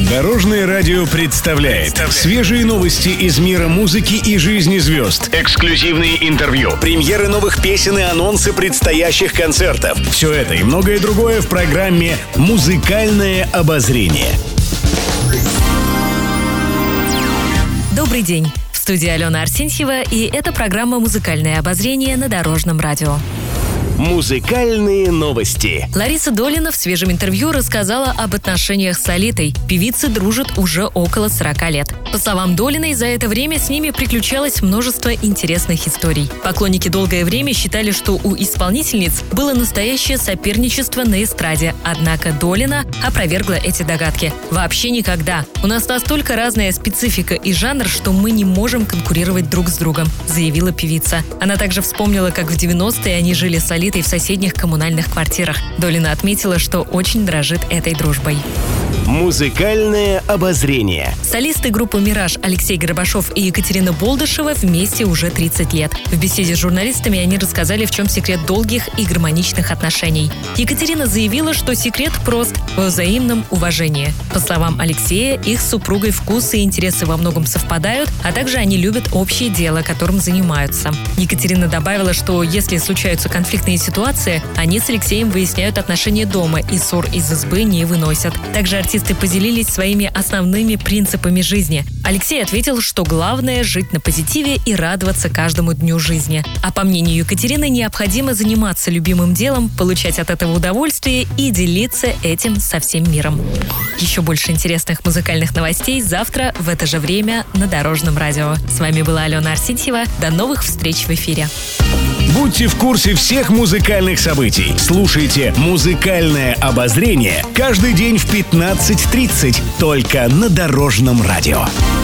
Дорожное радио представляет свежие новости из мира музыки и жизни звезд. Эксклюзивные интервью, премьеры новых песен и анонсы предстоящих концертов. Все это и многое другое в программе «Музыкальное обозрение». Добрый день. В студии Алена Арсентьева, и это программа «Музыкальное обозрение» на Дорожном радио. Музыкальные новости. Лариса Долина в свежем интервью рассказала об отношениях с Алитой. Певицы дружат уже около 40 лет. По словам Долиной, за это время с ними приключалось множество интересных историй. Поклонники долгое время считали, что у исполнительниц было настоящее соперничество на эстраде. Однако Долина опровергла эти догадки. Вообще никогда. У нас настолько разная специфика и жанр, что мы не можем конкурировать друг с другом, заявила певица. Она также вспомнила, как в 90-е они жили с Алитой в соседних коммунальных квартирах. Долина отметила, что очень дорожит этой дружбой. Музыкальное обозрение. Солисты группы «Мираж» Алексей Горбашов и Екатерина Болдышева вместе уже 30 лет. В беседе с журналистами они рассказали, в чем секрет долгих и гармоничных отношений. Екатерина заявила, что секрет прост – во взаимном уважении. По словам Алексея, их с супругой вкусы и интересы во многом совпадают, а также они любят общее дело, которым занимаются. Екатерина добавила, что если случаются конфликтные ситуации, они с Алексеем выясняют отношения дома и ссор из избы не выносят. Также артисты поделились своими основными принципами жизни. Алексей ответил, что главное – жить на позитиве и радоваться каждому дню жизни. А по мнению Екатерины, необходимо заниматься любимым делом, получать от этого удовольствие и делиться этим со всем миром. Еще больше интересных музыкальных новостей завтра в это же время на Дорожном радио. С вами была Алена Арсентьева. До новых встреч в эфире. Будьте в курсе всех музыкальных событий. Слушайте «Музыкальное обозрение» каждый день в 15:30 только на Дорожном радио.